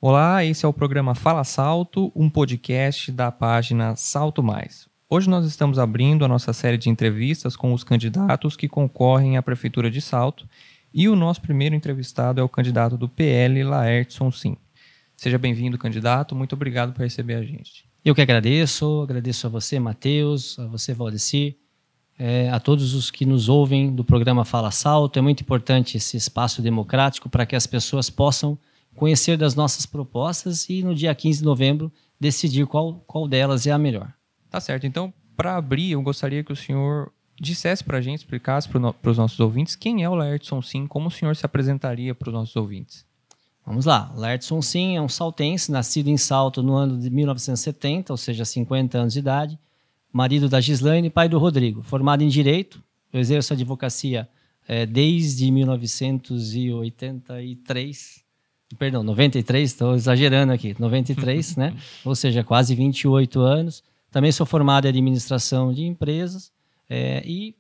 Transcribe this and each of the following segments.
Olá, esse é o programa Fala Salto, um podcast da página Salto Mais. Hoje nós estamos abrindo a nossa série de entrevistas com os candidatos que concorrem à Prefeitura de Salto e o nosso primeiro entrevistado é o candidato do PL, Laertson Sim. Seja bem-vindo, candidato. Muito obrigado por receber a gente. Eu que agradeço a você, Matheus, a você, Valdecir, a todos os que nos ouvem do programa Fala Salto. É muito importante esse espaço democrático para que as pessoas possam conhecer das nossas propostas e no dia 15 de novembro decidir qual delas é a melhor. Tá certo. Então, para abrir, eu gostaria que o senhor dissesse para a gente, explicasse para os nossos ouvintes quem é o Laertson Sim, como o senhor se apresentaria para os nossos ouvintes. Vamos lá. Laertson Sim é um saltense, nascido em Salto no ano de 1970, ou seja, 50 anos de idade, marido da Gislaine e pai do Rodrigo. Formado em Direito, eu exerço a advocacia desde 1983, perdão, 93, estou exagerando aqui, 93, né? Ou seja, quase 28 anos. Também sou formado em administração de empresas e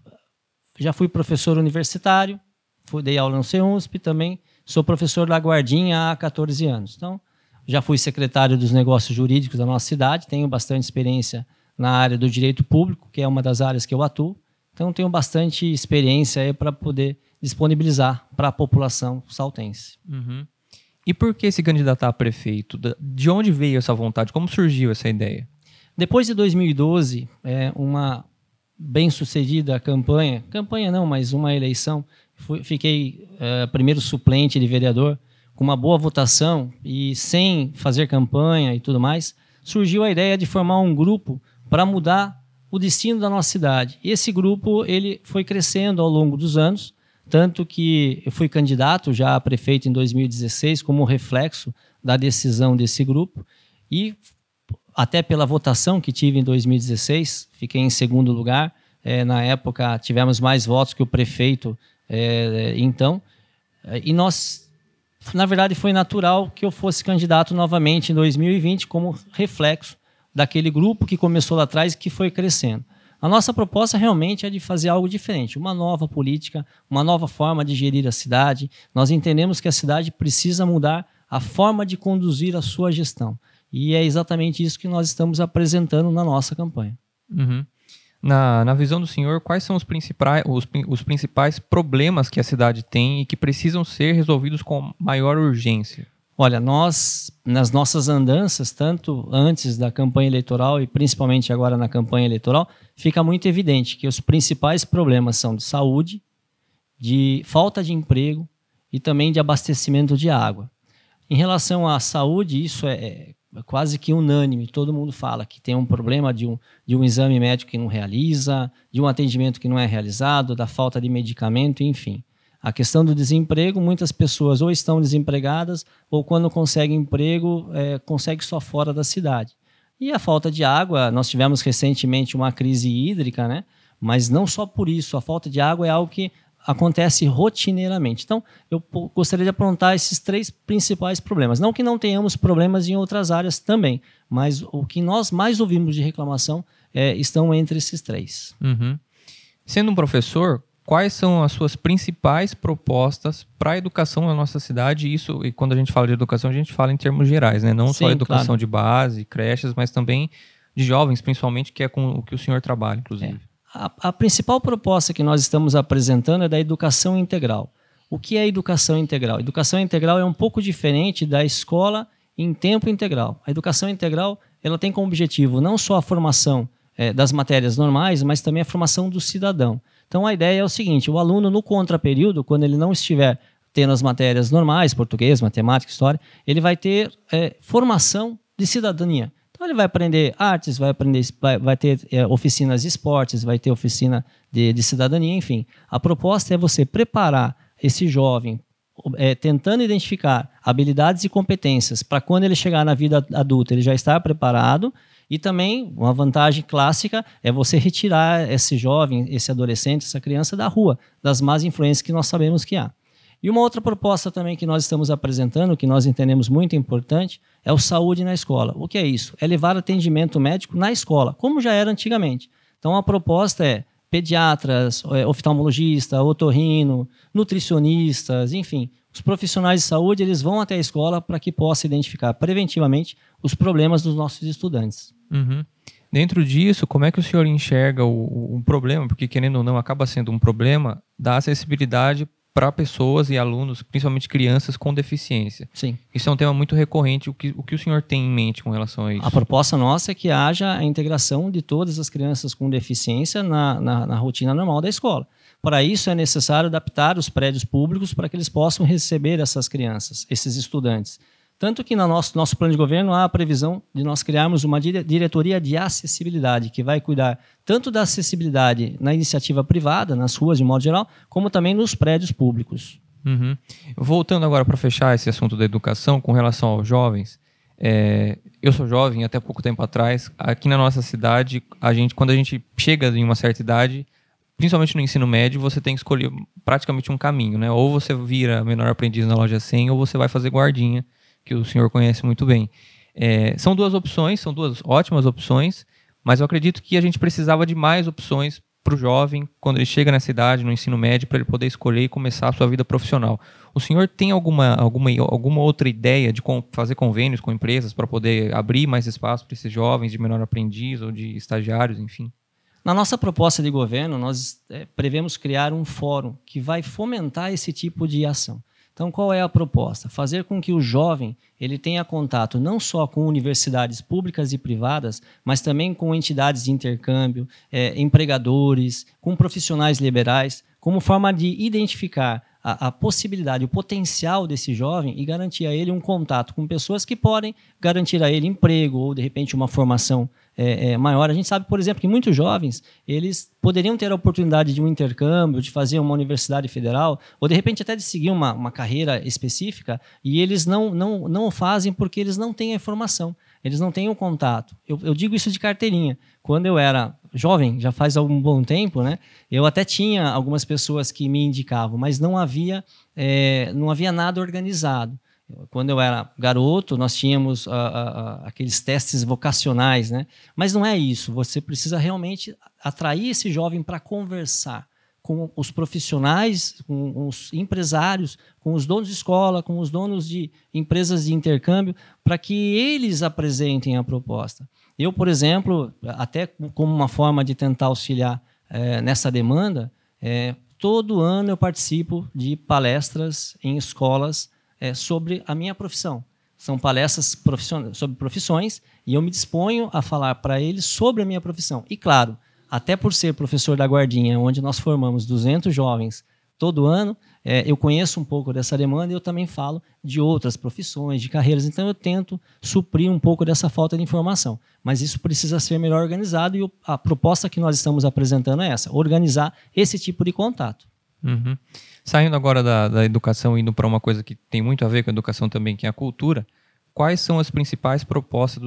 já fui professor universitário, dei aula no CEUNSP, também sou professor da Guardinha há 14 anos. Então, já fui secretário dos negócios jurídicos da nossa cidade, tenho bastante experiência na área do direito público, que é uma das áreas que eu atuo. Então, tenho bastante experiência para poder disponibilizar para a população saltense. Uhum. E por que se candidatar a prefeito? De onde veio essa vontade? Como surgiu essa ideia? Depois de 2012, uma bem-sucedida campanha não, mas uma eleição, fiquei primeiro suplente de vereador, com uma boa votação e sem fazer campanha e tudo mais, surgiu a ideia de formar um grupo para mudar o destino da nossa cidade. E esse grupo ele foi crescendo ao longo dos anos, tanto que eu fui candidato já a prefeito em 2016 como reflexo da decisão desse grupo e até pela votação que tive em 2016, fiquei em segundo lugar. Na época tivemos mais votos que o prefeito então. E nós, na verdade, foi natural que eu fosse candidato novamente em 2020 como reflexo daquele grupo que começou lá atrás e que foi crescendo. A nossa proposta realmente é de fazer algo diferente, uma nova política, uma nova forma de gerir a cidade. Nós entendemos que a cidade precisa mudar a forma de conduzir a sua gestão. E é exatamente isso que nós estamos apresentando na nossa campanha. Uhum. Na visão do senhor, quais são os principais problemas que a cidade tem e que precisam ser resolvidos com maior urgência? Olha, nós, nas nossas andanças, tanto antes da campanha eleitoral e principalmente agora na campanha eleitoral, fica muito evidente que os principais problemas são de saúde, de falta de emprego e também de abastecimento de água. Em relação à saúde, isso é quase que unânime, todo mundo fala que tem um problema de um exame médico que não realiza, de um atendimento que não é realizado, da falta de medicamento, enfim. A questão do desemprego, muitas pessoas ou estão desempregadas ou quando conseguem emprego, conseguem só fora da cidade. E a falta de água, nós tivemos recentemente uma crise hídrica, né? Mas não só por isso, a falta de água é algo que acontece rotineiramente. Então, eu gostaria de apontar esses três principais problemas. Não que não tenhamos problemas em outras áreas também, mas o que nós mais ouvimos de reclamação estão entre esses três. Uhum. Sendo um professor, quais são as suas principais propostas para a educação na nossa cidade? E quando a gente fala de educação, a gente fala em termos gerais, né? Não só educação claro. de base, creches, mas também de jovens, principalmente, que é com o que o senhor trabalha, inclusive. A principal proposta que nós estamos apresentando é da educação integral. O que é educação integral? Educação integral é um pouco diferente da escola em tempo integral. A educação integral ela tem como objetivo não só a formação das matérias normais, mas também a formação do cidadão. Então a ideia é o seguinte, o aluno no contraperíodo, quando ele não estiver tendo as matérias normais, português, matemática, história, ele vai ter formação de cidadania. Então ele vai aprender artes, vai ter oficinas de esportes, vai ter oficina de cidadania, enfim. A proposta é você preparar esse jovem, tentando identificar habilidades e competências para quando ele chegar na vida adulta ele já estar preparado. E também uma vantagem clássica é você retirar esse jovem, esse adolescente, essa criança da rua, das más influências que nós sabemos que há. E uma outra proposta também que nós estamos apresentando, que nós entendemos muito importante, é o saúde na escola. O que é isso? É levar atendimento médico na escola, como já era antigamente. Então a proposta é pediatras, oftalmologista, otorrino, nutricionistas, enfim, Os profissionais de saúde eles vão até a escola para que possa identificar preventivamente os problemas dos nossos estudantes. Uhum. Dentro disso, como é que o senhor enxerga o problema? Porque, querendo ou não, acaba sendo um problema da acessibilidade para pessoas e alunos, principalmente crianças com deficiência. Sim. Isso é um tema muito recorrente. O que o senhor tem em mente com relação a isso? A proposta nossa é que haja a integração de todas as crianças com deficiência na rotina normal da escola. Para isso, é necessário adaptar os prédios públicos para que eles possam receber essas crianças, esses estudantes. Tanto que no nosso plano de governo há a previsão de nós criarmos uma diretoria de acessibilidade, que vai cuidar tanto da acessibilidade na iniciativa privada, nas ruas de modo geral, como também nos prédios públicos. Uhum. Voltando agora para fechar esse assunto da educação, com relação aos jovens, eu sou jovem, até pouco tempo atrás, aqui na nossa cidade, quando a gente chega em uma certa idade, principalmente no ensino médio, você tem que escolher praticamente um caminho, né? Ou você vira menor aprendiz na loja 100, ou você vai fazer guardinha, que o senhor conhece muito bem. São duas opções, são duas ótimas opções, mas eu acredito que a gente precisava de mais opções para o jovem, quando ele chega nessa idade, no ensino médio, para ele poder escolher e começar a sua vida profissional. O senhor tem alguma outra ideia de fazer convênios com empresas para poder abrir mais espaço para esses jovens de menor aprendiz ou de estagiários, enfim? Na nossa proposta de governo, nós prevemos criar um fórum que vai fomentar esse tipo de ação. Então, qual é a proposta? Fazer com que o jovem ele tenha contato não só com universidades públicas e privadas, mas também com entidades de intercâmbio, empregadores, com profissionais liberais, como forma de identificar a possibilidade, o potencial desse jovem e garantir a ele um contato com pessoas que podem garantir a ele emprego ou, de repente, uma formação maior. A gente sabe, por exemplo, que muitos jovens eles poderiam ter a oportunidade de um intercâmbio, de fazer uma universidade federal, ou, de repente, até de seguir uma carreira específica, e eles não o fazem porque eles não têm a informação, eles não têm o contato. Eu digo isso de carteirinha. Quando eu era jovem, já faz algum bom tempo, né, eu até tinha algumas pessoas que me indicavam, mas não havia nada organizado. Quando eu era garoto, nós tínhamos aqueles testes vocacionais, né? Mas não é isso. Você precisa realmente atrair esse jovem para conversar com os profissionais, com os empresários, com os donos de escola, com os donos de empresas de intercâmbio, para que eles apresentem a proposta. Eu, por exemplo, até como uma forma de tentar auxiliar nessa demanda, todo ano eu participo de palestras em escolas sobre a minha profissão. São palestras sobre profissões e eu me disponho a falar para eles sobre a minha profissão. E, claro, até por ser professor da Guardinha, onde nós formamos 200 jovens todo ano, eu conheço um pouco dessa demanda e eu também falo de outras profissões, de carreiras. Então, eu tento suprir um pouco dessa falta de informação. Mas isso precisa ser melhor organizado e a proposta que nós estamos apresentando é essa, organizar esse tipo de contato. Uhum. Saindo agora da educação, indo para uma coisa que tem muito a ver com a educação também, que é a cultura, quais são as principais propostas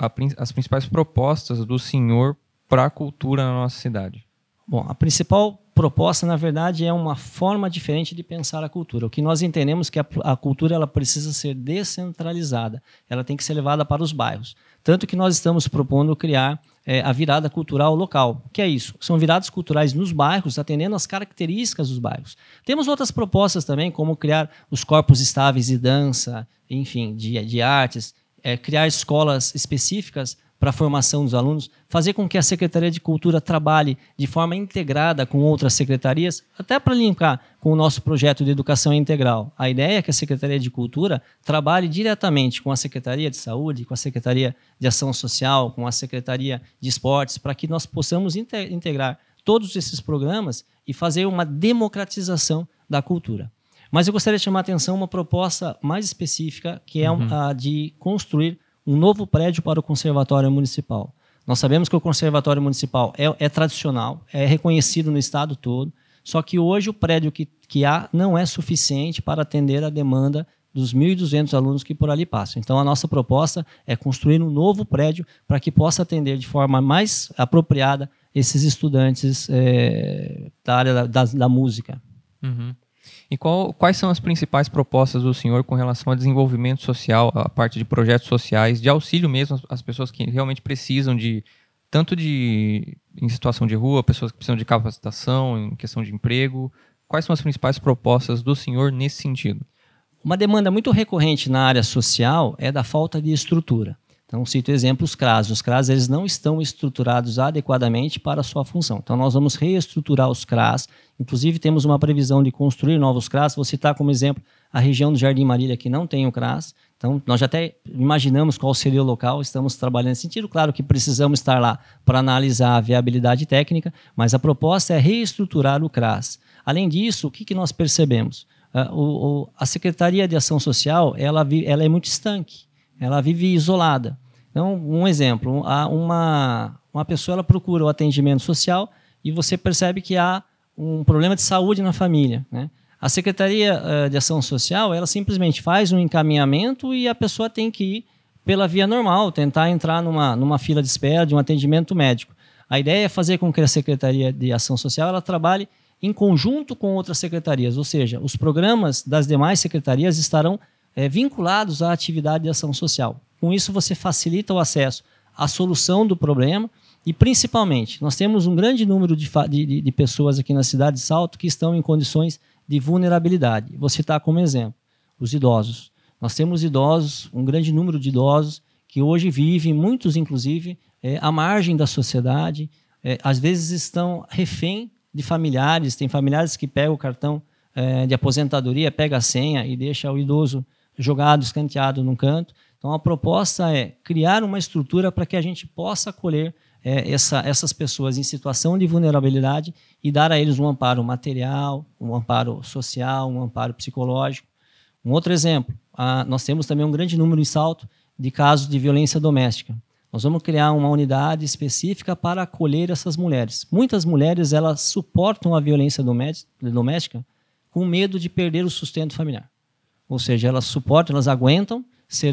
do senhor para a cultura na nossa cidade? Bom, a principal proposta, na verdade, é uma forma diferente de pensar a cultura. O que nós entendemos é que a cultura ela precisa ser descentralizada, ela tem que ser levada para os bairros. Tanto que nós estamos propondo criar a virada cultural local. O que é isso? São viradas culturais nos bairros, atendendo às características dos bairros. Temos outras propostas também, como criar os corpos estáveis de dança, enfim, de artes, criar escolas específicas para a formação dos alunos, fazer com que a Secretaria de Cultura trabalhe de forma integrada com outras secretarias, até para linkar com o nosso projeto de educação integral. A ideia é que a Secretaria de Cultura trabalhe diretamente com a Secretaria de Saúde, com a Secretaria de Ação Social, com a Secretaria de Esportes, para que nós possamos integrar todos esses programas e fazer uma democratização da cultura. Mas eu gostaria de chamar a atenção uma proposta mais específica, que é a de construir um novo prédio para o Conservatório Municipal. Nós sabemos que o Conservatório Municipal é tradicional, é reconhecido no estado todo, só que hoje o prédio que há não é suficiente para atender a demanda dos 1.200 alunos que por ali passam. Então, a nossa proposta é construir um novo prédio para que possa atender de forma mais apropriada esses estudantes da área da música. Uhum. E quais são as principais propostas do senhor com relação ao desenvolvimento social, a parte de projetos sociais, de auxílio mesmo às pessoas que realmente precisam em situação de rua, pessoas que precisam de capacitação, em questão de emprego? Quais são as principais propostas do senhor nesse sentido? Uma demanda muito recorrente na área social é da falta de estrutura. Então, cito exemplo, os CRAS. Os CRAS eles não estão estruturados adequadamente para a sua função. Então, nós vamos reestruturar os CRAS. Inclusive, temos uma previsão de construir novos CRAS. Vou citar como exemplo a região do Jardim Marília, que não tem o CRAS. Então, nós já até imaginamos qual seria o local, estamos trabalhando nesse sentido. Claro que precisamos estar lá para analisar a viabilidade técnica, mas a proposta é reestruturar o CRAS. Além disso, o que nós percebemos? A Secretaria de Ação Social ela é muito estanque. Ela vive isolada. Então, um exemplo, uma pessoa ela procura o atendimento social e você percebe que há um problema de saúde na família, né? A Secretaria de Ação Social, ela simplesmente faz um encaminhamento e a pessoa tem que ir pela via normal, tentar entrar numa fila de espera de um atendimento médico. A ideia é fazer com que a Secretaria de Ação Social ela trabalhe em conjunto com outras secretarias, ou seja, os programas das demais secretarias estarão vinculados à atividade de ação social. Com isso, você facilita o acesso à solução do problema e, principalmente, nós temos um grande número de pessoas aqui na cidade de Salto que estão em condições de vulnerabilidade. Vou citar como exemplo os idosos. Nós temos idosos, um grande número de idosos que hoje vivem, muitos inclusive, à margem da sociedade, às vezes estão refém de familiares, tem familiares que pegam o cartão de aposentadoria, pega a senha e deixa o idoso jogado, escanteado num canto. Então, a proposta é criar uma estrutura para que a gente possa acolher essas pessoas em situação de vulnerabilidade e dar a eles um amparo material, um amparo social, um amparo psicológico. Um outro exemplo, nós temos também um grande número em Salto de casos de violência doméstica. Nós vamos criar uma unidade específica para acolher essas mulheres. Muitas mulheres elas suportam a violência doméstica com medo de perder o sustento familiar. Ou seja, elas suportam, elas aguentam ser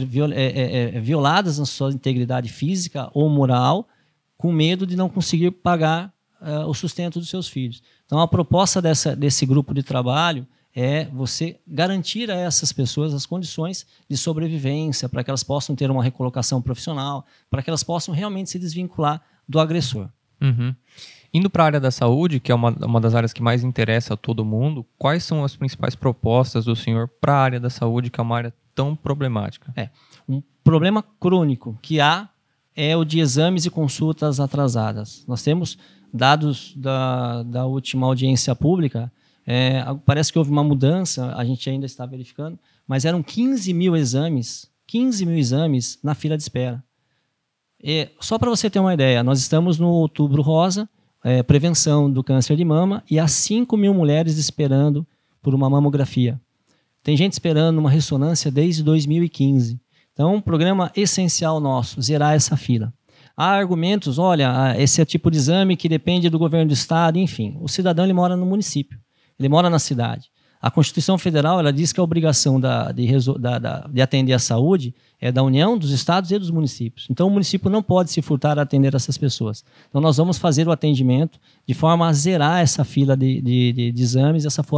violadas na sua integridade física ou moral, com medo de não conseguir pagar o sustento dos seus filhos. Então, a proposta desse grupo de trabalho é você garantir a essas pessoas as condições de sobrevivência, para que elas possam ter uma recolocação profissional, para que elas possam realmente se desvincular do agressor. Uhum. Indo para a área da saúde, que é uma das áreas que mais interessa a todo mundo, quais são as principais propostas do senhor para a área da saúde, que é uma área tão problemática? Um problema crônico que há é o de exames e consultas atrasadas. Nós temos dados da última audiência pública, parece que houve uma mudança, a gente ainda está verificando, mas eram 15 mil exames na fila de espera. Só para você ter uma ideia, nós estamos no Outubro Rosa, prevenção do câncer de mama, e há 5 mil mulheres esperando por uma mamografia. Tem gente esperando uma ressonância desde 2015. Então, um programa essencial nosso, zerar essa fila. Há argumentos, olha, esse é o tipo de exame que depende do governo do estado, enfim. O cidadão ele mora no município, ele mora na cidade. A Constituição Federal ela diz que a obrigação de atender à saúde é da União, dos estados e dos municípios. Então, o município não pode se furtar a atender essas pessoas. Então, nós vamos fazer o atendimento de forma a zerar essa fila de exames, essa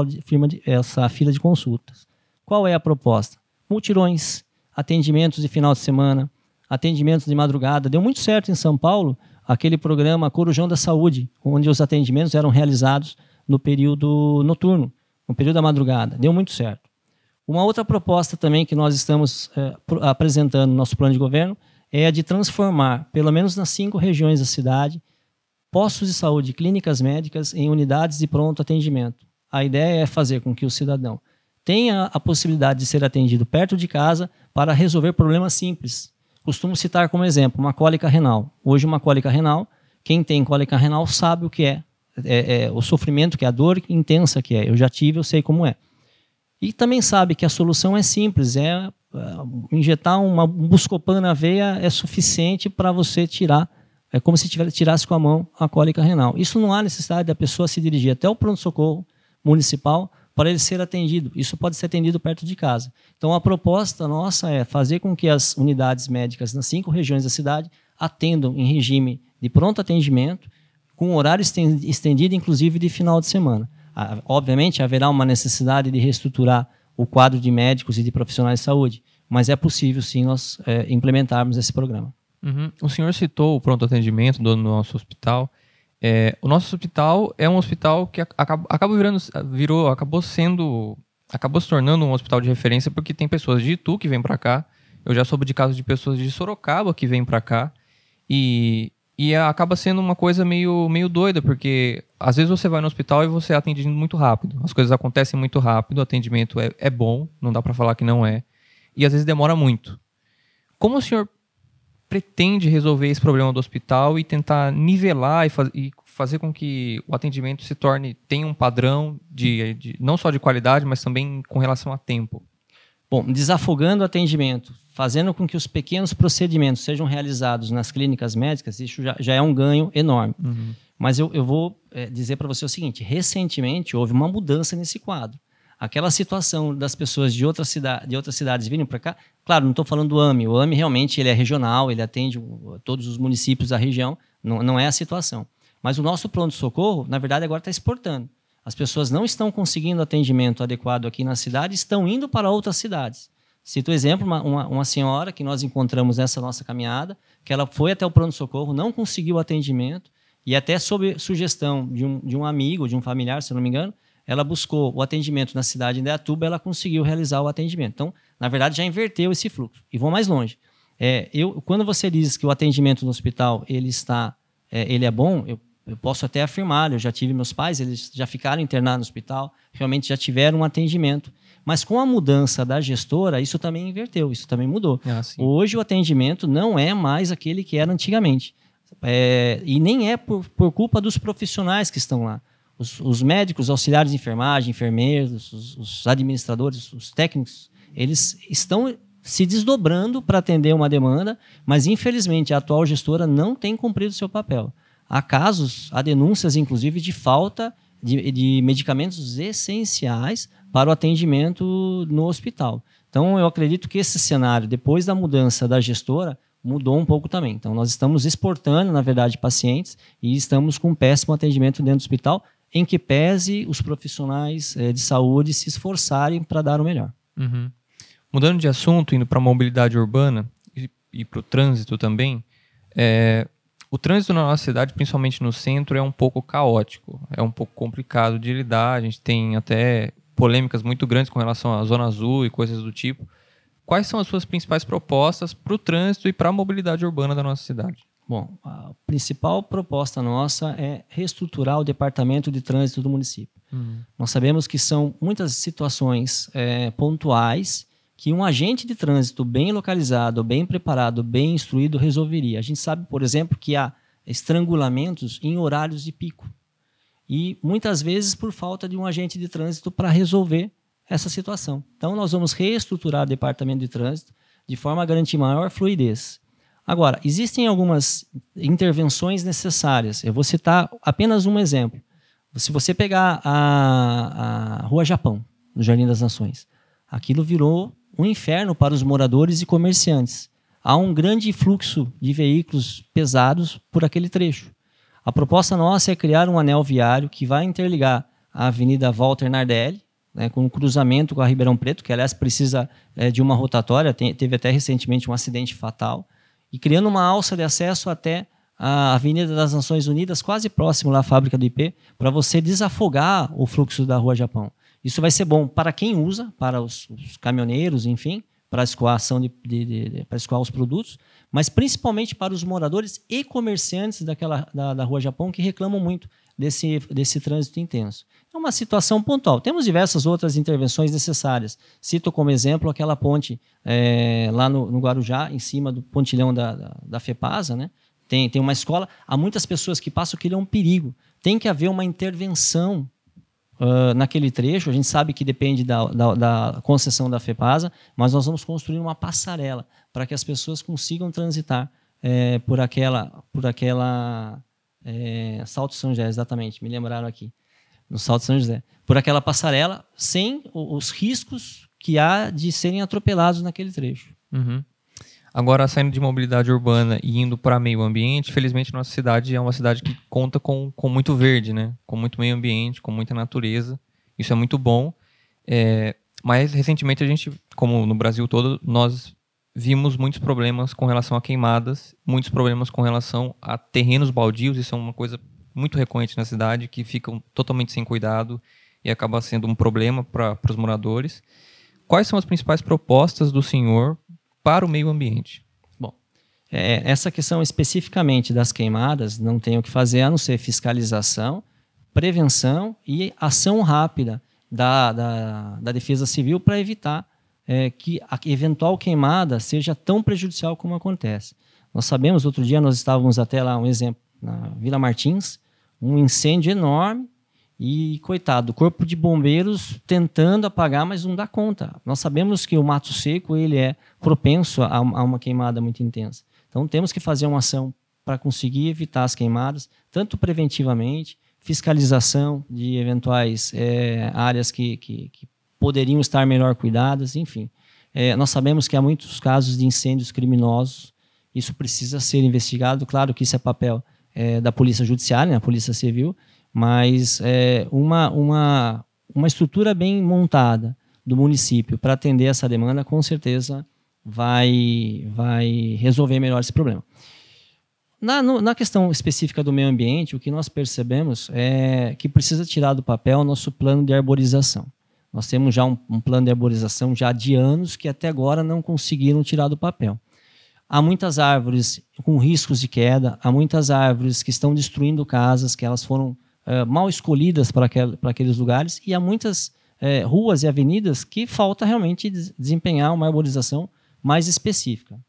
fila de consultas. Qual é a proposta? Multirões, atendimentos de final de semana, atendimentos de madrugada. Deu muito certo em São Paulo aquele programa Corujão da Saúde, onde os atendimentos eram realizados no período noturno, no período da madrugada. Deu muito certo. Uma outra proposta também que nós estamos apresentando no nosso plano de governo é a de transformar, pelo menos nas 5 regiões da cidade, postos de saúde e clínicas médicas em unidades de pronto atendimento. A ideia é fazer com que o cidadão tenha a possibilidade de ser atendido perto de casa para resolver problemas simples. Costumo citar como exemplo uma cólica renal. Hoje uma cólica renal, quem tem cólica renal sabe o que é o sofrimento, que é a dor intensa que é. Eu já tive, eu sei como é. E também sabe que a solução é simples, injetar um Buscopan na veia é suficiente para você tirar, é como se tirasse com a mão a cólica renal. Isso não há necessidade da pessoa se dirigir até o pronto-socorro municipal para ele ser atendido. Isso pode ser atendido perto de casa. Então, a proposta nossa é fazer com que as unidades médicas nas 5 regiões da cidade atendam em regime de pronto atendimento, com horário estendido, inclusive de final de semana. Obviamente, haverá uma necessidade de reestruturar o quadro de médicos e de profissionais de saúde, mas é possível, sim, nós implementarmos esse programa. Uhum. O senhor citou o pronto atendimento do nosso hospital. O nosso hospital é um hospital que acabou sendo acabou se tornando um hospital de referência porque tem pessoas de Itu que vêm para cá. Eu já soube de casos de pessoas de Sorocaba que vêm para cá. E acaba sendo uma coisa meio doida, porque às vezes você vai no hospital e você é atendido muito rápido. As coisas acontecem muito rápido, o atendimento é bom, não dá para falar que não é. E às vezes demora muito. Como o senhor pretende resolver esse problema do hospital e tentar nivelar e fazer com que o atendimento tenha um padrão não só de qualidade, mas também com relação a tempo? Bom, desafogando o atendimento, fazendo com que os pequenos procedimentos sejam realizados nas clínicas médicas, isso já é um ganho enorme. Uhum. Mas eu vou dizer para você o seguinte, recentemente houve uma mudança nesse quadro. Aquela situação das pessoas de outras cidades virem para cá, claro, não estou falando do AMI, o AMI realmente ele é regional, ele atende todos os municípios da região, não é a situação. Mas o nosso pronto-socorro, na verdade, agora está exportando. As pessoas não estão conseguindo atendimento adequado aqui na cidade, estão indo para outras cidades. Cito o exemplo, uma senhora que nós encontramos nessa nossa caminhada, que ela foi até o pronto-socorro, não conseguiu atendimento, e até sob sugestão de um amigo, de um familiar, se eu não me engano, ela buscou o atendimento na cidade de Indaiatuba, ela conseguiu realizar o atendimento. Então, na verdade, já inverteu esse fluxo. E vou mais longe. Quando você diz que o atendimento no hospital ele é bom, eu posso até afirmar, eu já tive meus pais, eles já ficaram internados no hospital, realmente já tiveram um atendimento. Mas com a mudança da gestora, isso também inverteu, isso também mudou. Hoje o atendimento não é mais aquele que era antigamente. E nem é por culpa dos profissionais que estão lá. Os médicos, auxiliares de enfermagem, enfermeiros, os administradores, os técnicos, eles estão se desdobrando para atender uma demanda, mas infelizmente a atual gestora não tem cumprido o seu papel. Há denúncias inclusive de falta de medicamentos essenciais para o atendimento no hospital. Então eu acredito que esse cenário, depois da mudança da gestora, mudou um pouco também. Então nós estamos exportando, na verdade, pacientes e estamos com um péssimo atendimento dentro do hospital, em que pese os profissionais de saúde se esforçarem para dar o melhor. Uhum. Mudando de assunto, indo para a mobilidade urbana e para o trânsito também, o trânsito na nossa cidade, principalmente no centro, é um pouco caótico, é um pouco complicado de lidar, a gente tem até polêmicas muito grandes com relação à Zona Azul e coisas do tipo. Quais são as suas principais propostas para o trânsito e para a mobilidade urbana da nossa cidade? Bom, a principal proposta nossa é reestruturar o departamento de trânsito do município. Nós sabemos que são muitas situações pontuais que um agente de trânsito bem localizado, bem preparado, bem instruído resolveria. A gente sabe, por exemplo, que há estrangulamentos em horários de pico. E muitas vezes por falta de um agente de trânsito para resolver essa situação. Então nós vamos reestruturar o departamento de trânsito de forma a garantir maior fluidez. Agora, existem algumas intervenções necessárias. Eu vou citar apenas um exemplo. Se você pegar a Rua Japão, no Jardim das Nações, aquilo virou um inferno para os moradores e comerciantes. Há um grande fluxo de veículos pesados por aquele trecho. A proposta nossa é criar um anel viário que vai interligar a Avenida Walter Nardelli, com um cruzamento com a Ribeirão Preto, que aliás precisa de uma rotatória, teve até recentemente um acidente fatal, e criando uma alça de acesso até a Avenida das Nações Unidas, quase próximo lá à fábrica do IP, para você desafogar o fluxo da Rua Japão. Isso vai ser bom para quem usa, para os caminhoneiros, enfim, para a escoação para escoar os produtos, mas principalmente para os moradores e comerciantes da Rua Japão que reclamam muito desse trânsito intenso. É uma situação pontual. Temos diversas outras intervenções necessárias. Cito como exemplo aquela ponte lá no Guarujá, em cima do pontilhão da FEPASA, né? Tem uma escola. Há muitas pessoas que passam que ele é um perigo. Tem que haver uma intervenção naquele trecho. A gente sabe que depende da concessão da FEPASA, mas nós vamos construir uma passarela para que as pessoas consigam transitar por aquela Salto São José, exatamente, me lembraram aqui, no Salto São José, por aquela passarela, sem os riscos que há de serem atropelados naquele trecho. Uhum. Agora, saindo de mobilidade urbana e indo para meio ambiente, felizmente nossa cidade é uma cidade que conta com muito verde, né? Com muito meio ambiente, com muita natureza. Isso é muito bom. Mas, recentemente, a gente, como no Brasil todo, nós vimos muitos problemas com relação a queimadas, muitos problemas com relação a terrenos baldios. Isso é uma coisa muito recorrente na cidade, que ficam totalmente sem cuidado. e acaba sendo um problema para os moradores. Quais são as principais propostas do senhor para o meio ambiente? Bom, essa questão especificamente das queimadas, não tem o que fazer a não ser fiscalização, prevenção e ação rápida da Defesa Civil para evitar que a eventual queimada seja tão prejudicial como acontece. Nós sabemos, outro dia nós estávamos até lá, um exemplo, na Vila Martins, um incêndio enorme e, coitado, o corpo de bombeiros tentando apagar, mas não dá conta. Nós sabemos que o mato seco ele é propenso a uma queimada muito intensa. Então temos que fazer uma ação para conseguir evitar as queimadas, tanto preventivamente, fiscalização de eventuais áreas que poderiam estar melhor cuidadas, enfim. Nós sabemos que há muitos casos de incêndios criminosos, isso precisa ser investigado, claro que isso é papel da Polícia Judiciária, né, a Polícia Civil, mas uma estrutura bem montada do município para atender essa demanda, com certeza vai resolver melhor esse problema. Na questão específica do meio ambiente, o que nós percebemos é que precisa tirar do papel o nosso plano de arborização. Nós temos já um plano de arborização já de anos que até agora não conseguiram tirar do papel. Há muitas árvores com riscos de queda, há muitas árvores que estão destruindo casas, que elas foram mal escolhidas para aqueles lugares, e há muitas ruas e avenidas que falta realmente desempenhar uma arborização mais específica.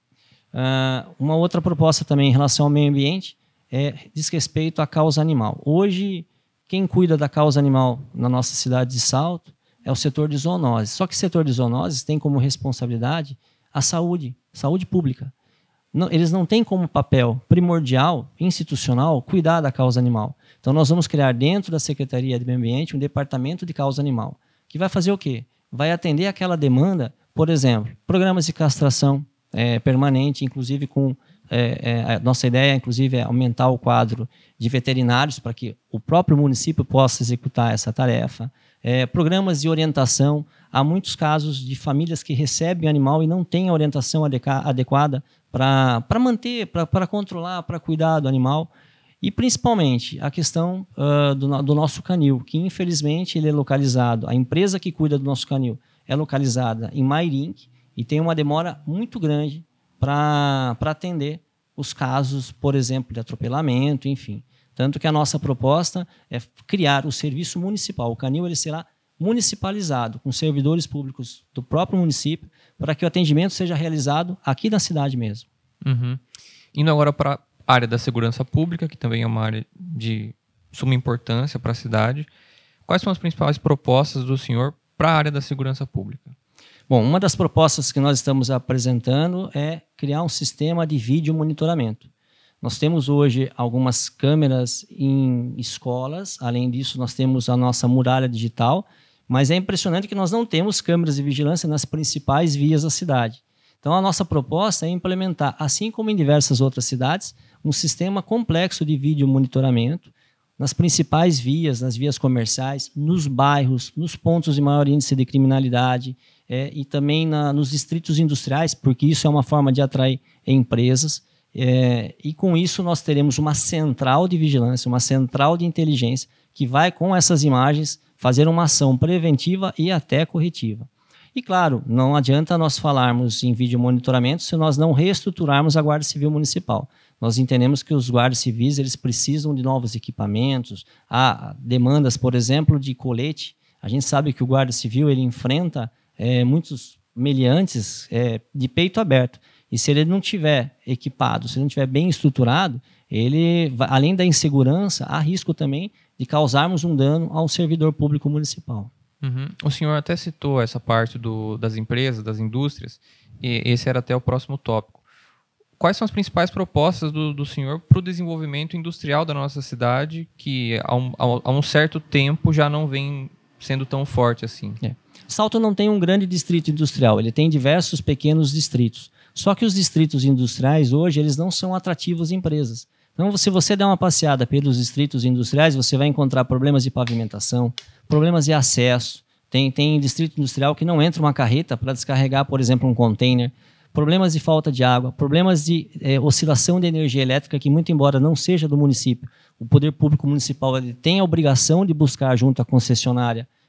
Uma outra proposta também em relação ao meio ambiente diz respeito à causa animal. Hoje, quem cuida da causa animal na nossa cidade de Salto é o setor de zoonoses. Só que o setor de zoonoses tem como responsabilidade a saúde pública. Eles não têm como papel primordial, institucional, cuidar da causa animal. Então nós vamos criar dentro da Secretaria de Meio Ambiente um departamento de causa animal, que vai fazer o quê? Vai atender aquela demanda, por exemplo, programas de castração permanente, inclusive com a nossa ideia, inclusive, é aumentar o quadro de veterinários para que o próprio município possa executar essa tarefa. Programas de orientação. Há muitos casos de famílias que recebem animal e não têm a orientação adequada para manter, para controlar, para cuidar do animal. E, principalmente, a questão do nosso canil, que, infelizmente, ele é localizado, a empresa que cuida do nosso canil é localizada em Mairinque e tem uma demora muito grande para atender os casos, por exemplo, de atropelamento, enfim. Tanto que a nossa proposta é criar o serviço municipal. O canil ele será municipalizado, com servidores públicos do próprio município, para que o atendimento seja realizado aqui na cidade mesmo. Uhum. Indo agora para a área da segurança pública, que também é uma área de suma importância para a cidade. Quais são as principais propostas do senhor para a área da segurança pública? Bom, uma das propostas que nós estamos apresentando é criar um sistema de vídeo monitoramento. Nós temos hoje algumas câmeras em escolas, além disso nós temos a nossa muralha digital, mas é impressionante que nós não temos câmeras de vigilância nas principais vias da cidade. Então a nossa proposta é implementar, assim como em diversas outras cidades, um sistema complexo de vídeo monitoramento nas principais vias, nas vias comerciais, nos bairros, nos pontos de maior índice de criminalidade e também nos distritos industriais, porque isso é uma forma de atrair empresas. E com isso nós teremos uma central de vigilância, uma central de inteligência que vai com essas imagens fazer uma ação preventiva e até corretiva. E claro, não adianta nós falarmos em vídeo monitoramento se nós não reestruturarmos a Guarda Civil Municipal. Nós entendemos que os guardas civis eles precisam de novos equipamentos, há demandas, por exemplo, de colete. A gente sabe que o guarda civil ele enfrenta muitos meliantes de peito aberto. E se ele não tiver equipado, se ele não tiver bem estruturado, ele, além da insegurança, há risco também de causarmos um dano ao servidor público municipal. Uhum. O senhor até citou essa parte das empresas, das indústrias, e esse era até o próximo tópico. Quais são as principais propostas do senhor para o desenvolvimento industrial da nossa cidade, que há um certo tempo já não vem sendo tão forte assim? Salto não tem um grande distrito industrial, ele tem diversos pequenos distritos. Só que os distritos industriais hoje eles não são atrativos em empresas. Então, se você der uma passeada pelos distritos industriais, você vai encontrar problemas de pavimentação, problemas de acesso. Tem distrito industrial que não entra uma carreta para descarregar, por exemplo, um container. Problemas de falta de água, problemas de oscilação de energia elétrica, que muito embora não seja do município, o poder público municipal ele tem a obrigação de buscar junto à concessionária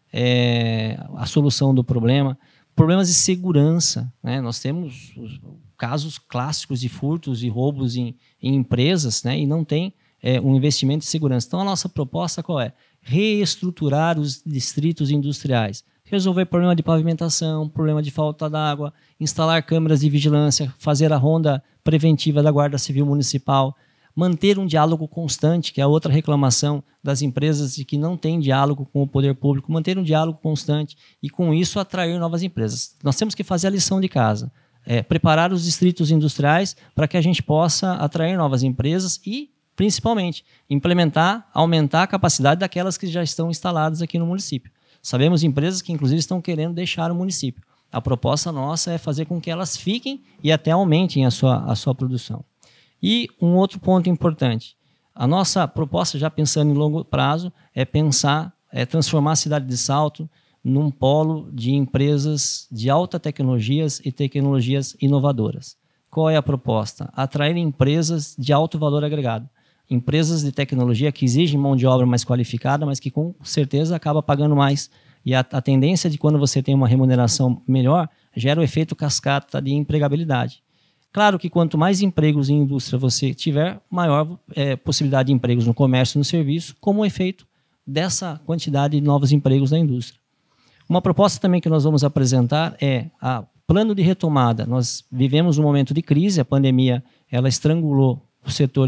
a solução do problema. Problemas de segurança, né? Nós temos casos clássicos de furtos e roubos em empresas, né? E não tem um investimento em segurança. Então, a nossa proposta qual é? Reestruturar os distritos industriais, resolver problema de pavimentação, problema de falta d'água, instalar câmeras de vigilância, fazer a ronda preventiva da Guarda Civil Municipal, manter um diálogo constante, que é a outra reclamação das empresas de que não tem diálogo com o poder público, manter um diálogo constante e, com isso, atrair novas empresas. Nós temos que fazer a lição de casa, preparar os distritos industriais para que a gente possa atrair novas empresas e, principalmente, implementar, aumentar a capacidade daquelas que já estão instaladas aqui no município. Sabemos de empresas que, inclusive, estão querendo deixar o município. A proposta nossa é fazer com que elas fiquem e até aumentem a sua produção. E um outro ponto importante, a nossa proposta, já pensando em longo prazo, é transformar a cidade de Salto num polo de empresas de alta tecnologias e tecnologias inovadoras. Qual é a proposta? Atrair empresas de alto valor agregado. Empresas de tecnologia que exigem mão de obra mais qualificada, mas que com certeza acaba pagando mais. E a tendência de quando você tem uma remuneração melhor, gera o efeito cascata de empregabilidade. Claro que quanto mais empregos em indústria você tiver, maior possibilidade de empregos no comércio e no serviço, como efeito dessa quantidade de novos empregos na indústria. Uma proposta também que nós vamos apresentar é a plano de retomada. Nós vivemos um momento de crise, a pandemia ela estrangulou o setor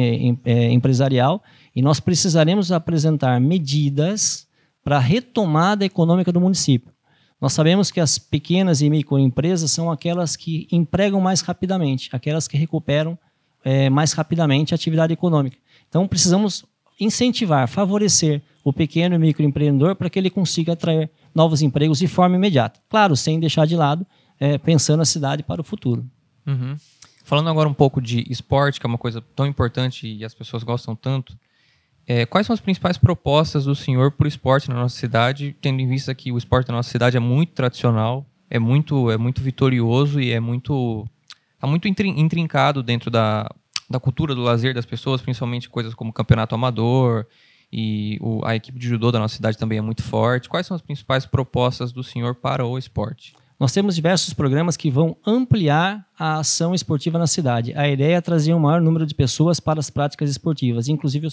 empresarial e nós precisaremos apresentar medidas para a retomada econômica do município. Nós sabemos que as pequenas e microempresas são aquelas que empregam mais rapidamente, aquelas que recuperam mais rapidamente a atividade econômica. Então, precisamos incentivar, favorecer o pequeno e microempreendedor para que ele consiga atrair novos empregos de forma imediata. Claro, sem deixar de lado, pensando a cidade para o futuro. Uhum. Falando agora um pouco de esporte, que é uma coisa tão importante e as pessoas gostam tanto, quais são as principais propostas do senhor para o esporte na nossa cidade, tendo em vista que o esporte na nossa cidade é muito tradicional, é muito vitorioso e está muito intrincado dentro da cultura do lazer das pessoas, principalmente coisas como campeonato amador e a equipe de judô da nossa cidade também é muito forte. Quais são as principais propostas do senhor para o esporte? Nós temos diversos programas que vão ampliar a ação esportiva na cidade. A ideia é trazer um maior número de pessoas para as práticas esportivas, inclusive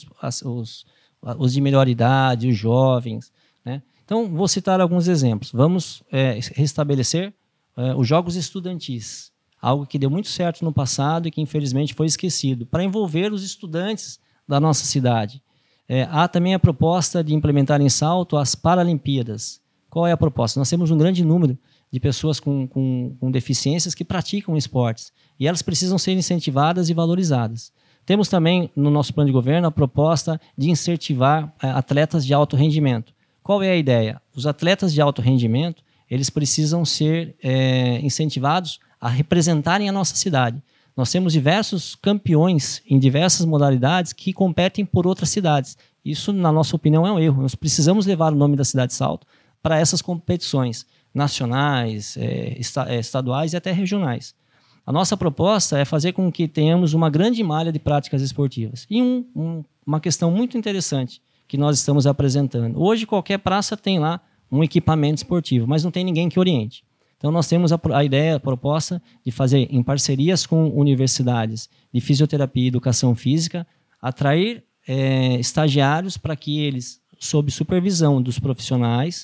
os de melhor idade, os jovens, né? Então, vou citar alguns exemplos. Vamos restabelecer os Jogos Estudantis, algo que deu muito certo no passado e que, infelizmente, foi esquecido, para envolver os estudantes da nossa cidade. Há também a proposta de implementar em Salto as Paralimpíadas. Qual é a proposta? Nós temos um grande número de pessoas com deficiências que praticam esportes e elas precisam ser incentivadas e valorizadas. Temos também no nosso plano de governo a proposta de incentivar atletas de alto rendimento. Qual é a ideia? Os atletas de alto rendimento eles precisam ser incentivados a representarem a nossa cidade. Nós temos diversos campeões em diversas modalidades que competem por outras cidades. Isso, na nossa opinião, é um erro. Nós precisamos levar o nome da cidade de Salto para essas competições nacionais, estaduais e até regionais. A nossa proposta é fazer com que tenhamos uma grande malha de práticas esportivas. E uma questão muito interessante que nós estamos apresentando. Hoje, qualquer praça tem lá um equipamento esportivo, mas não tem ninguém que oriente. Então, nós temos a ideia, a proposta de fazer, em parcerias com universidades de fisioterapia e educação física, atrair estagiários para que eles, sob supervisão dos profissionais,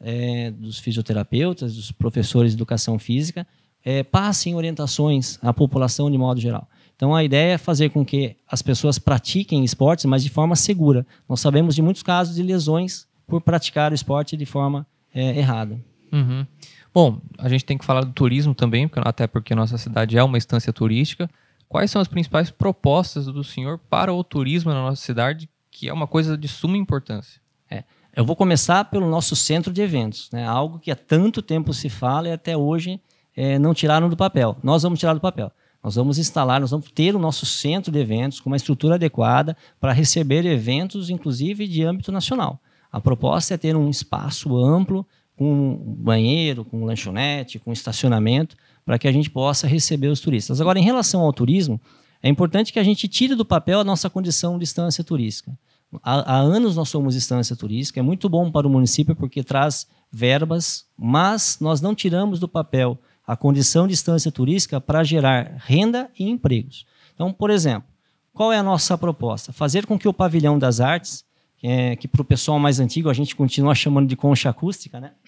dos fisioterapeutas, dos professores de educação física, passem orientações à população de modo geral. Então, a ideia é fazer com que as pessoas pratiquem esportes, mas de forma segura. Nós sabemos de muitos casos de lesões por praticar o esporte de forma errada. Uhum. Bom, a gente tem que falar do turismo também, até porque a nossa cidade é uma estância turística. Quais são as principais propostas do senhor para o turismo na nossa cidade, que é uma coisa de suma importância? Eu vou começar pelo nosso centro de eventos, né? Algo que há tanto tempo se fala e até hoje não tiraram do papel. Nós vamos tirar do papel. Nós vamos instalar, nós vamos ter o nosso centro de eventos com uma estrutura adequada para receber eventos, inclusive de âmbito nacional. A proposta é ter um espaço amplo, com banheiro, com lanchonete, com estacionamento, para que a gente possa receber os turistas. Agora, em relação ao turismo, é importante que a gente tire do papel a nossa condição de estância turística. Há anos nós somos instância turística, é muito bom para o município porque traz verbas, mas nós não tiramos do papel a condição de instância turística para gerar renda e empregos. Então, por exemplo, qual é a nossa proposta? Fazer com que o Pavilhão das Artes, que para o pessoal mais antigo a gente continua chamando de concha acústica, né?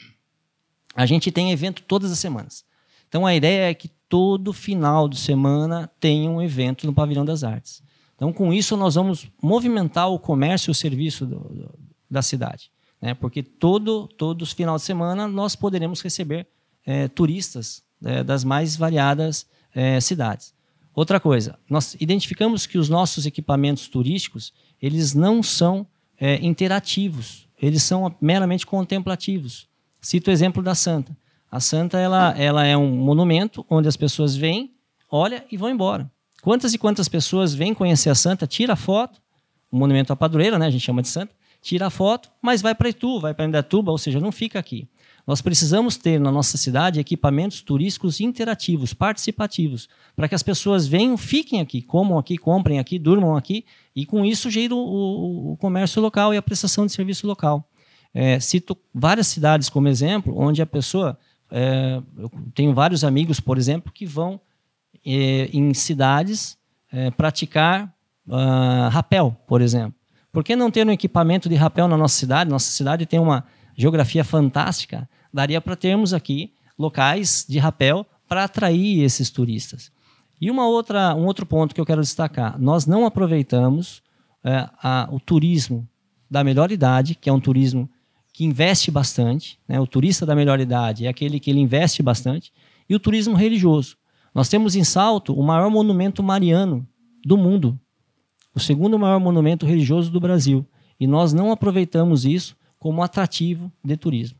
A gente tem evento todas as semanas. Então, a ideia é que todo final de semana tenha um evento no Pavilhão das Artes. Então, com isso, nós vamos movimentar o comércio e o serviço da cidade, né? Porque todos os finais de semana nós poderemos receber turistas das mais variadas cidades. Outra coisa, nós identificamos que os nossos equipamentos turísticos, eles não são interativos, eles são meramente contemplativos. Cito o exemplo da Santa. A Santa ela é um monumento onde as pessoas vêm, olham e vão embora. Quantas e quantas pessoas vêm conhecer a Santa, tira a foto, o monumento à padroeira, né, a gente chama de Santa, tira a foto, mas vai para Itu, vai para Indaiatuba, ou seja, não fica aqui. Nós precisamos ter na nossa cidade equipamentos turísticos interativos, participativos, para que as pessoas venham, fiquem aqui, comam aqui, comprem aqui, durmam aqui, e com isso gira o comércio local e a prestação de serviço local. Cito várias cidades como exemplo, onde a pessoa... eu tenho vários amigos, por exemplo, que vão em cidades praticar rapel, por exemplo. Por que não ter um equipamento de rapel na nossa cidade? Nossa cidade tem uma geografia fantástica, daria para termos aqui locais de rapel para atrair esses turistas. E um outro ponto que eu quero destacar, nós não aproveitamos o turismo da melhor idade, que é um turismo que investe bastante, né? O turista da melhor idade é aquele que ele investe bastante, e o turismo religioso. Nós temos em Salto o maior monumento mariano do mundo, o segundo maior monumento religioso do Brasil, e nós não aproveitamos isso como atrativo de turismo.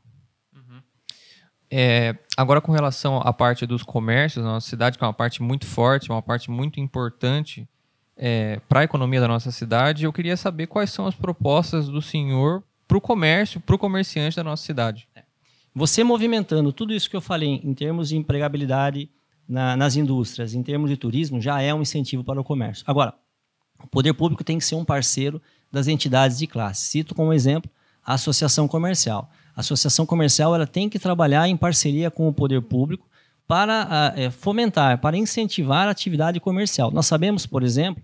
Agora, com relação à parte dos comércios na nossa cidade, que é uma parte muito forte, uma parte muito importante para a economia da nossa cidade, eu queria saber quais são as propostas do senhor para o comércio, para o comerciante da nossa cidade. Você movimentando tudo isso que eu falei em termos de empregabilidade nas indústrias, em termos de turismo, já é um incentivo para o comércio. Agora, o poder público tem que ser um parceiro das entidades de classe. Cito como exemplo a associação comercial. A associação comercial ela tem que trabalhar em parceria com o poder público para fomentar, para incentivar a atividade comercial. Nós sabemos, por exemplo,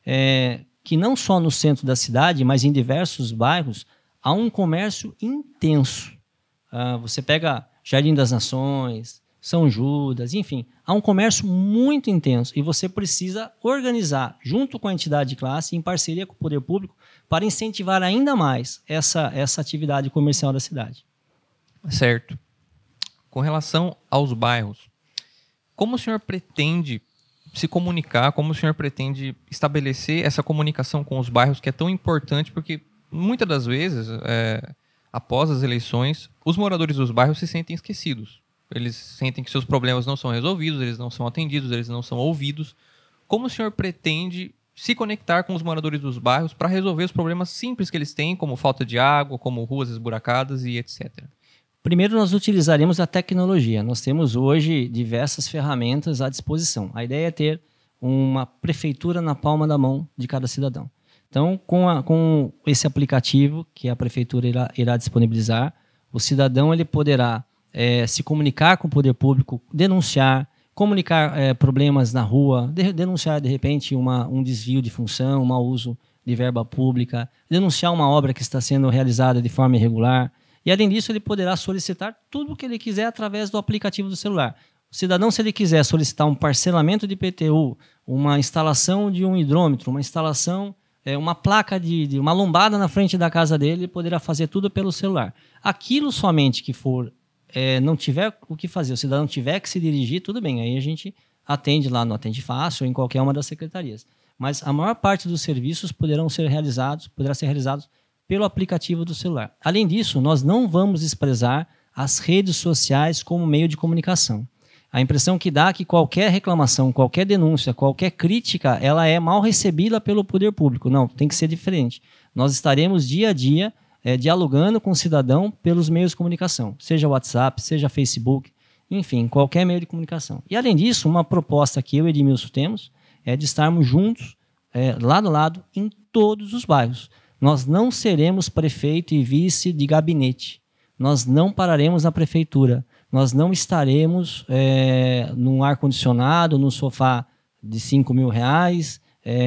que não só no centro da cidade, mas em diversos bairros, há um comércio intenso. Você pega Jardim das Nações, São Judas, enfim, há um comércio muito intenso e você precisa organizar, junto com a entidade de classe, em parceria com o poder público, para incentivar ainda mais essa atividade comercial da cidade. Certo. Com relação aos bairros, como o senhor pretende se comunicar, como o senhor pretende estabelecer essa comunicação com os bairros, que é tão importante, porque muitas das vezes, após as eleições, os moradores dos bairros se sentem esquecidos. Eles sentem que seus problemas não são resolvidos, eles não são atendidos, eles não são ouvidos. Como o senhor pretende se conectar com os moradores dos bairros para resolver os problemas simples que eles têm, como falta de água, como ruas esburacadas e etc.? Primeiro, nós utilizaremos a tecnologia. Nós temos hoje diversas ferramentas à disposição. A ideia é ter uma prefeitura na palma da mão de cada cidadão. Então, com esse aplicativo que a prefeitura irá disponibilizar, o cidadão ele poderá se comunicar com o poder público, denunciar, comunicar problemas na rua, denunciar, de repente, um desvio de função, um mau uso de verba pública, denunciar uma obra que está sendo realizada de forma irregular. E, além disso, ele poderá solicitar tudo o que ele quiser através do aplicativo do celular. O cidadão, se ele quiser solicitar um parcelamento de IPTU, uma instalação de um hidrômetro, uma instalação, uma placa de uma lombada na frente da casa dele, ele poderá fazer tudo pelo celular. Aquilo somente que for não tiver o que fazer, o cidadão tiver que se dirigir, tudo bem, aí a gente atende lá no Atende Fácil ou em qualquer uma das secretarias. Mas a maior parte dos serviços poderá ser realizados pelo aplicativo do celular. Além disso, nós não vamos desprezar as redes sociais como meio de comunicação. A impressão que dá é que qualquer reclamação, qualquer denúncia, qualquer crítica, ela é mal recebida pelo poder público. Não, tem que ser diferente. Nós estaremos dia a dia dialogando com o cidadão pelos meios de comunicação, seja WhatsApp, seja Facebook, enfim, qualquer meio de comunicação. E, além disso, uma proposta que eu e Edmilson temos é de estarmos juntos, lado a lado, em todos os bairros. nós não seremos prefeito e vice de gabinete. Nós não pararemos na prefeitura. Nós não estaremos num ar-condicionado, num sofá de R$ 5.000,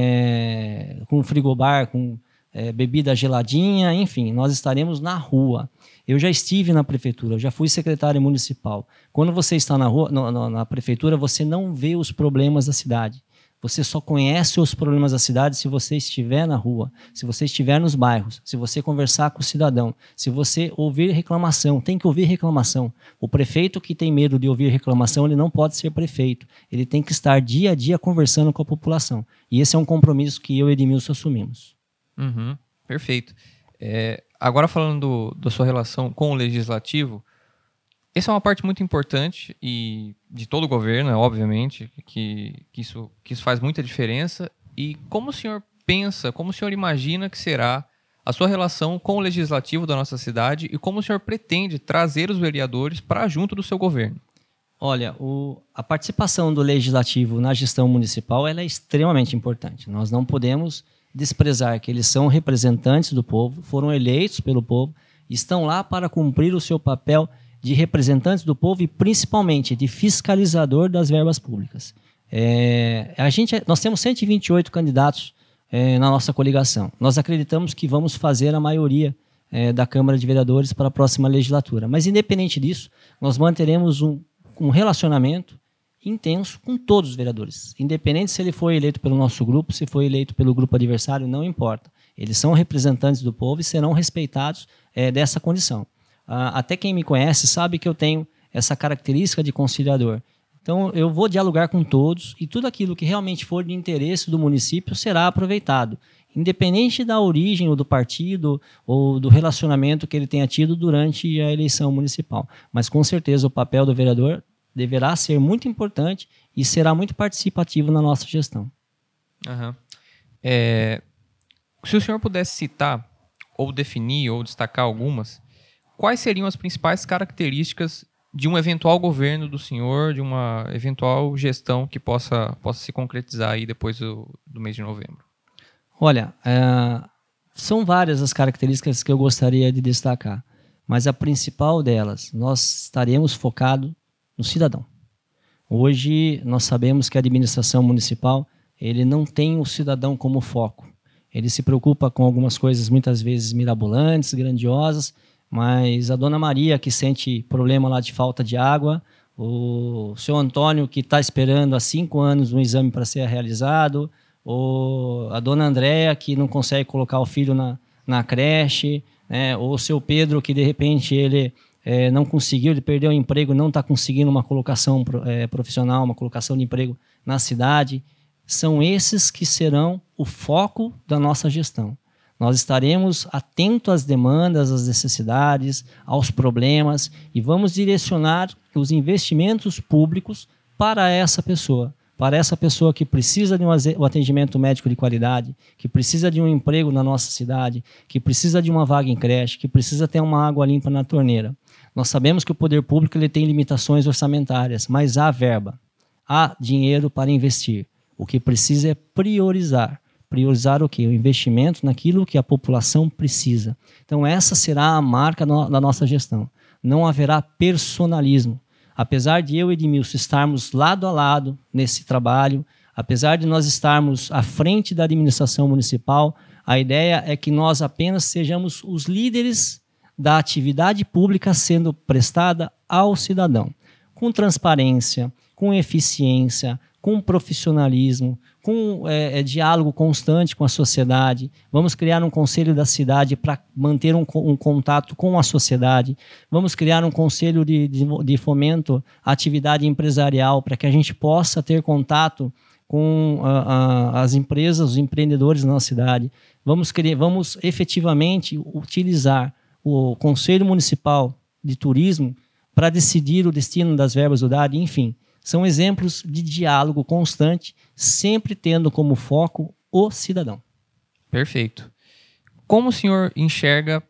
com frigobar, com bebida geladinha, enfim, nós estaremos na rua. Eu já estive na prefeitura, eu já fui secretário municipal. Quando você está na rua, na prefeitura, você não vê os problemas da cidade. Você só conhece os problemas da cidade se você estiver na rua, se você estiver nos bairros, se você conversar com o cidadão, se você ouvir reclamação. Tem que ouvir reclamação. O prefeito que tem medo de ouvir reclamação, ele não pode ser prefeito. Ele tem que estar dia a dia conversando com a população. E esse é um compromisso que eu e Edmilson assumimos. Uhum, perfeito. Agora falando da sua relação com o legislativo, essa é uma parte muito importante e de todo o governo, obviamente, que isso faz muita diferença. E como o senhor pensa, como o senhor imagina que será a sua relação com o legislativo da nossa cidade e como o senhor pretende trazer os vereadores para junto do seu governo? Olha, a participação do legislativo na gestão municipal ela é extremamente importante. Nós não podemos desprezar que eles são representantes do povo, foram eleitos pelo povo, estão lá para cumprir o seu papel de representantes do povo e principalmente de fiscalizador das verbas públicas. Nós temos 128 candidatos na nossa coligação. Nós acreditamos que vamos fazer a maioria da Câmara de Vereadores para a próxima legislatura. Mas independente disso, nós manteremos um relacionamento intenso com todos os vereadores. Independente se ele foi eleito pelo nosso grupo, se foi eleito pelo grupo adversário, não importa. Eles são representantes do povo e serão respeitados dessa condição. Até quem me conhece sabe que eu tenho essa característica de conciliador. Então, eu vou dialogar com todos e tudo aquilo que realmente for de interesse do município será aproveitado, independente da origem ou do partido ou do relacionamento que ele tenha tido durante a eleição municipal. Mas, com certeza, o papel do vereador deverá ser muito importante e será muito participativo na nossa gestão. Uhum. Se o senhor pudesse citar, ou definir, ou destacar algumas, quais seriam as principais características de um eventual governo do senhor, de uma eventual gestão que possa se concretizar aí depois do mês de novembro? Olha, são várias as características que eu gostaria de destacar, mas a principal delas, nós estaremos focados no cidadão. Hoje, nós sabemos que a administração municipal ele não tem o cidadão como foco. Ele se preocupa com algumas coisas muitas vezes mirabolantes, grandiosas, mas a dona Maria que sente problema lá de falta de água, o seu Antônio que está esperando há 5 anos um exame para ser realizado, ou a dona Andréa que não consegue colocar o filho na creche, né? Ou o seu Pedro que de repente ele não conseguiu, ele perdeu o emprego, não está conseguindo uma colocação profissional, uma colocação de emprego na cidade. São esses que serão o foco da nossa gestão. Nós estaremos atentos às demandas, às necessidades, aos problemas e vamos direcionar os investimentos públicos para essa pessoa que precisa de um atendimento médico de qualidade, que precisa de um emprego na nossa cidade, que precisa de uma vaga em creche, que precisa ter uma água limpa na torneira. Nós sabemos que o poder público ele tem limitações orçamentárias, mas há verba, há dinheiro para investir. O que precisa é priorizar. Priorizar o quê? O investimento naquilo que a população precisa. Então essa será a marca da nossa gestão. Não haverá personalismo. Apesar de eu e Edmilson estarmos lado a lado nesse trabalho, apesar de nós estarmos à frente da administração municipal, a ideia é que nós apenas sejamos os líderes da atividade pública sendo prestada ao cidadão. Com transparência, com eficiência, com profissionalismo, com diálogo constante com a sociedade. Vamos criar um conselho da cidade para manter um contato com a sociedade. Vamos criar um conselho de fomento à atividade empresarial para que a gente possa ter contato com as empresas, os empreendedores na nossa cidade. Vamos efetivamente utilizar o Conselho Municipal de Turismo para decidir o destino das verbas do DAD, enfim. São exemplos de diálogo constante, sempre tendo como foco o cidadão. Perfeito. Como o senhor enxerga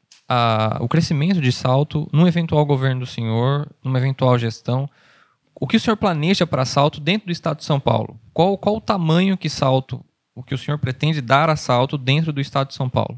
o crescimento de Salto num eventual governo do senhor, numa eventual gestão? O que o senhor planeja para Salto dentro do estado de São Paulo? Qual o tamanho que o senhor pretende dar a Salto dentro do estado de São Paulo?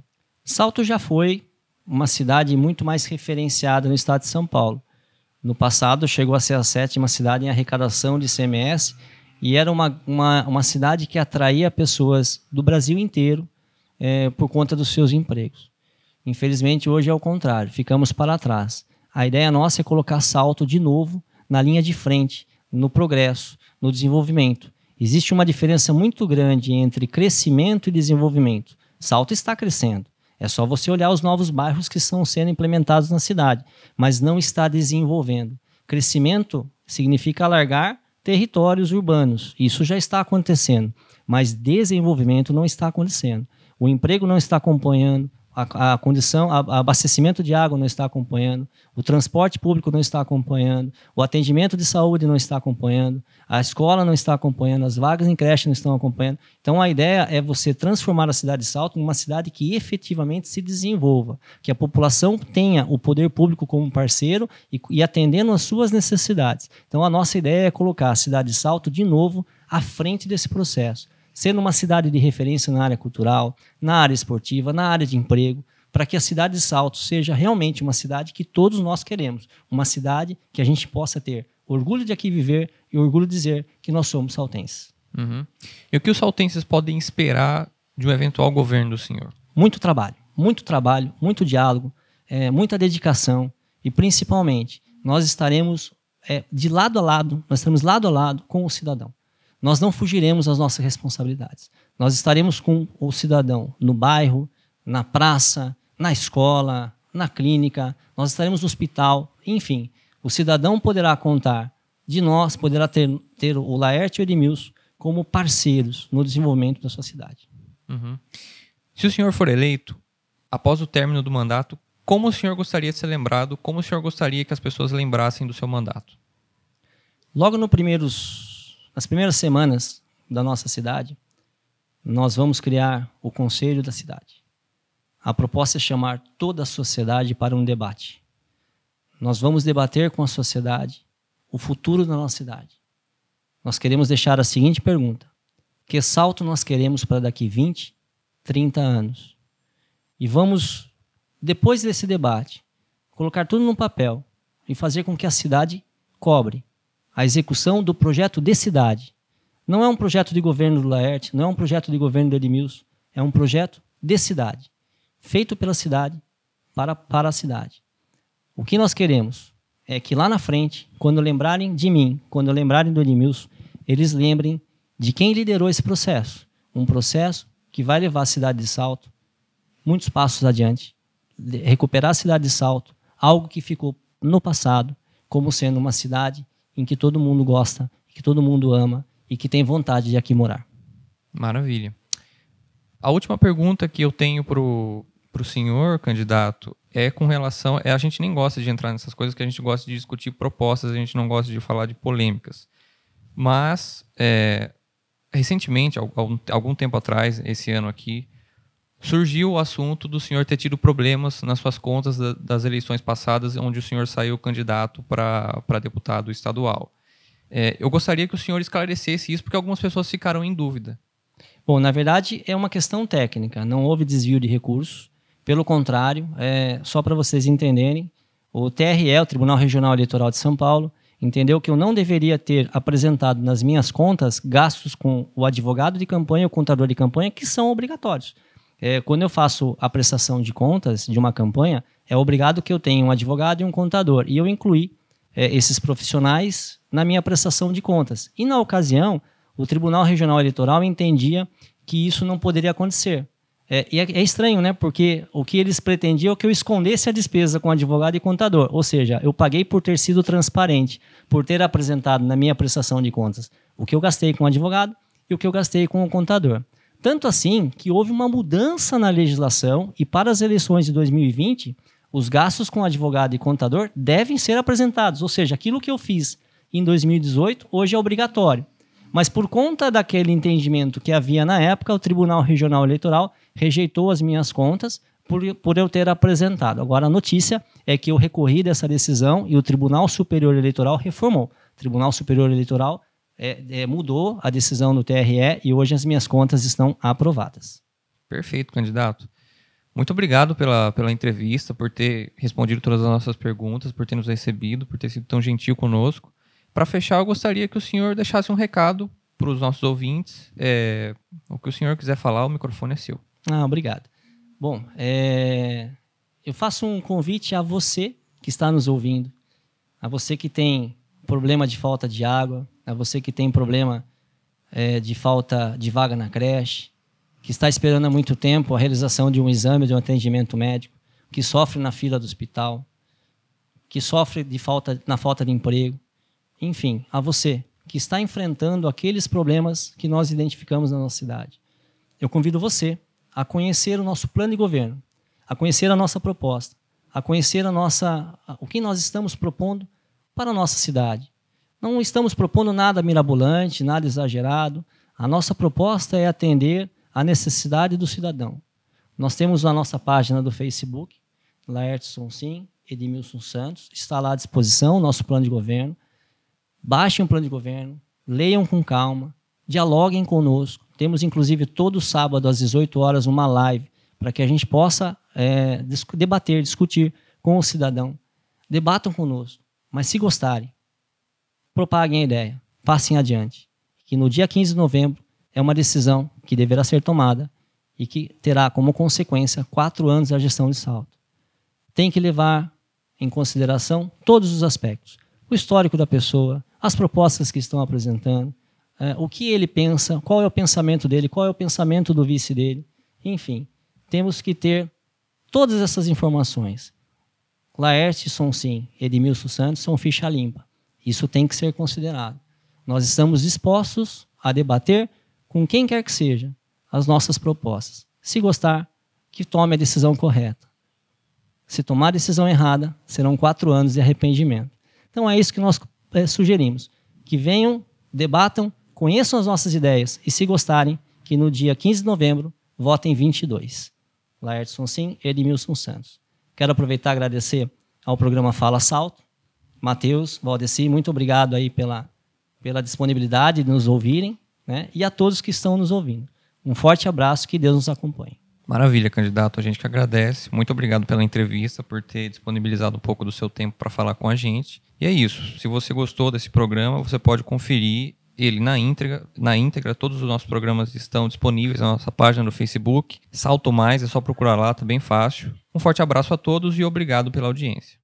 Salto já foi uma cidade muito mais referenciada no estado de São Paulo. No passado, chegou a ser a 7ª cidade em arrecadação de ICMS e era uma cidade que atraía pessoas do Brasil inteiro por conta dos seus empregos. Infelizmente, hoje é o contrário, ficamos para trás. A ideia nossa é colocar Salto de novo na linha de frente, no progresso, no desenvolvimento. Existe uma diferença muito grande entre crescimento e desenvolvimento. Salto está crescendo. É só você olhar os novos bairros que estão sendo implementados na cidade, mas não está desenvolvendo. Crescimento significa alargar territórios urbanos. Isso já está acontecendo, mas desenvolvimento não está acontecendo. O emprego não está acompanhando, a condição, abastecimento de água não está acompanhando, o transporte público não está acompanhando, o atendimento de saúde não está acompanhando, a escola não está acompanhando, as vagas em creche não estão acompanhando. Então a ideia é você transformar a cidade de Salto numa cidade que efetivamente se desenvolva, que a população tenha o poder público como parceiro e atendendo às suas necessidades. Então a nossa ideia é colocar a cidade de Salto de novo à frente desse processo, sendo uma cidade de referência na área cultural, na área esportiva, na área de emprego, para que a cidade de Salto seja realmente uma cidade que todos nós queremos, uma cidade que a gente possa ter orgulho de aqui viver e orgulho de dizer que nós somos saltenses. Uhum. E o que os saltenses podem esperar de um eventual governo do senhor? Muito trabalho, muito diálogo, muita dedicação e, principalmente, nós estaremos de lado a lado, nós estaremos lado a lado com o cidadão. Nós não fugiremos das nossas responsabilidades. Nós estaremos com o cidadão no bairro, na praça, na escola, na clínica, nós estaremos no hospital, enfim. O cidadão poderá contar de nós, poderá ter o Laerte e o Edmilson como parceiros no desenvolvimento da sua cidade. Uhum. Se o senhor for eleito, após o término do mandato, como o senhor gostaria de ser lembrado? Como o senhor gostaria que as pessoas lembrassem do seu mandato? Logo nas primeiras semanas da nossa cidade, nós vamos criar o Conselho da Cidade. A proposta é chamar toda a sociedade para um debate. Nós vamos debater com a sociedade o futuro da nossa cidade. Nós queremos deixar a seguinte pergunta: que salto nós queremos para daqui 20, 30 anos? E vamos, depois desse debate, colocar tudo no papel e fazer com que a cidade cobre a execução do projeto de cidade. Não é um projeto de governo do Laerte, não é um projeto de governo do Edmilson, é um projeto de cidade, feito pela cidade, para a cidade. O que nós queremos é que lá na frente, quando lembrarem de mim, quando lembrarem do Edmilson, eles lembrem de quem liderou esse processo. Um processo que vai levar a cidade de Salto muitos passos adiante, recuperar a cidade de Salto, algo que ficou no passado, como sendo uma cidade em que todo mundo gosta, que todo mundo ama e que tem vontade de aqui morar. Maravilha. A última pergunta que eu tenho para o senhor, candidato, é com relação... a gente nem gosta de entrar nessas coisas, que a gente gosta de discutir propostas, a gente não gosta de falar de polêmicas. Mas, recentemente, algum tempo atrás, esse ano aqui, surgiu o assunto do senhor ter tido problemas nas suas contas das eleições passadas, onde o senhor saiu candidato para deputado estadual. Eu gostaria que o senhor esclarecesse isso, porque algumas pessoas ficaram em dúvida. Bom, na verdade, é uma questão técnica. Não houve desvio de recursos. Pelo contrário, só para vocês entenderem, o TRE, o Tribunal Regional Eleitoral de São Paulo, entendeu que eu não deveria ter apresentado nas minhas contas gastos com o advogado de campanha e o contador de campanha, que são obrigatórios. Quando eu faço a prestação de contas de uma campanha, é obrigado que eu tenha um advogado e um contador. E eu incluí esses profissionais na minha prestação de contas. E na ocasião, o Tribunal Regional Eleitoral entendia que isso não poderia acontecer. E é estranho, né? Porque o que eles pretendiam é que eu escondesse a despesa com advogado e contador. Ou seja, eu paguei por ter sido transparente, por ter apresentado na minha prestação de contas o que eu gastei com o advogado e o que eu gastei com o contador. Tanto assim que houve uma mudança na legislação e para as eleições de 2020, os gastos com advogado e contador devem ser apresentados. Ou seja, aquilo que eu fiz em 2018, hoje é obrigatório. Mas por conta daquele entendimento que havia na época, o Tribunal Regional Eleitoral rejeitou as minhas contas por eu ter apresentado. Agora, a notícia é que eu recorri dessa decisão e o Tribunal Superior Eleitoral reformou. O Tribunal Superior Eleitoral mudou a decisão do TRE e hoje as minhas contas estão aprovadas. Perfeito, candidato. Muito obrigado pela entrevista, por ter respondido todas as nossas perguntas, por ter nos recebido, por ter sido tão gentil conosco. Para fechar, eu gostaria que o senhor deixasse um recado para os nossos ouvintes. O que o senhor quiser falar, o microfone é seu. Obrigado. Bom, eu faço um convite a você que está nos ouvindo, a você que tem problema de falta de água, a você que tem problema de falta de vaga na creche, que está esperando há muito tempo a realização de um exame, de um atendimento médico, que sofre na fila do hospital, que sofre na falta de emprego. Enfim, a você que está enfrentando aqueles problemas que nós identificamos na nossa cidade. Eu convido você a conhecer o nosso plano de governo, a conhecer a nossa proposta, a conhecer o que nós estamos propondo para a nossa cidade. Não estamos propondo nada mirabolante, nada exagerado. A nossa proposta é atender à necessidade do cidadão. Nós temos a nossa página do Facebook, Laertes Sonsim, Edmilson Santos, está lá à disposição o nosso plano de governo. Baixem o plano de governo, leiam com calma, dialoguem conosco. Temos, inclusive, todo sábado, às 18 horas, uma live para que a gente possa debater, discutir com o cidadão. Debatam conosco, mas se gostarem, propaguem a ideia, passem adiante. Que no dia 15 de novembro é uma decisão que deverá ser tomada e que terá como consequência 4 anos da gestão de Salto. Tem que levar em consideração todos os aspectos. O histórico da pessoa, as propostas que estão apresentando, o que ele pensa, qual é o pensamento dele, qual é o pensamento do vice dele. Enfim, temos que ter todas essas informações. Laertes Sonsim, Edmilson Santos são ficha limpa. Isso tem que ser considerado. Nós estamos dispostos a debater com quem quer que seja as nossas propostas. Se gostar, que tome a decisão correta. Se tomar a decisão errada, serão 4 anos de arrependimento. Então é isso que nós sugerimos. Que venham, debatam, conheçam as nossas ideias e, se gostarem, que no dia 15 de novembro votem 22. Laertes Sonsim, Edmilson Santos. Quero aproveitar e agradecer ao programa Fala Salto. Matheus, Valdeci, muito obrigado aí pela disponibilidade de nos ouvirem, né? E a todos que estão nos ouvindo. Um forte abraço, que Deus nos acompanhe. Maravilha, candidato. A gente que agradece. Muito obrigado pela entrevista, por ter disponibilizado um pouco do seu tempo para falar com a gente. E é isso. Se você gostou desse programa, você pode conferir ele na íntegra. Todos os nossos programas estão disponíveis na nossa página no Facebook. Salto Mais, é só procurar lá, tá bem fácil. Um forte abraço a todos e obrigado pela audiência.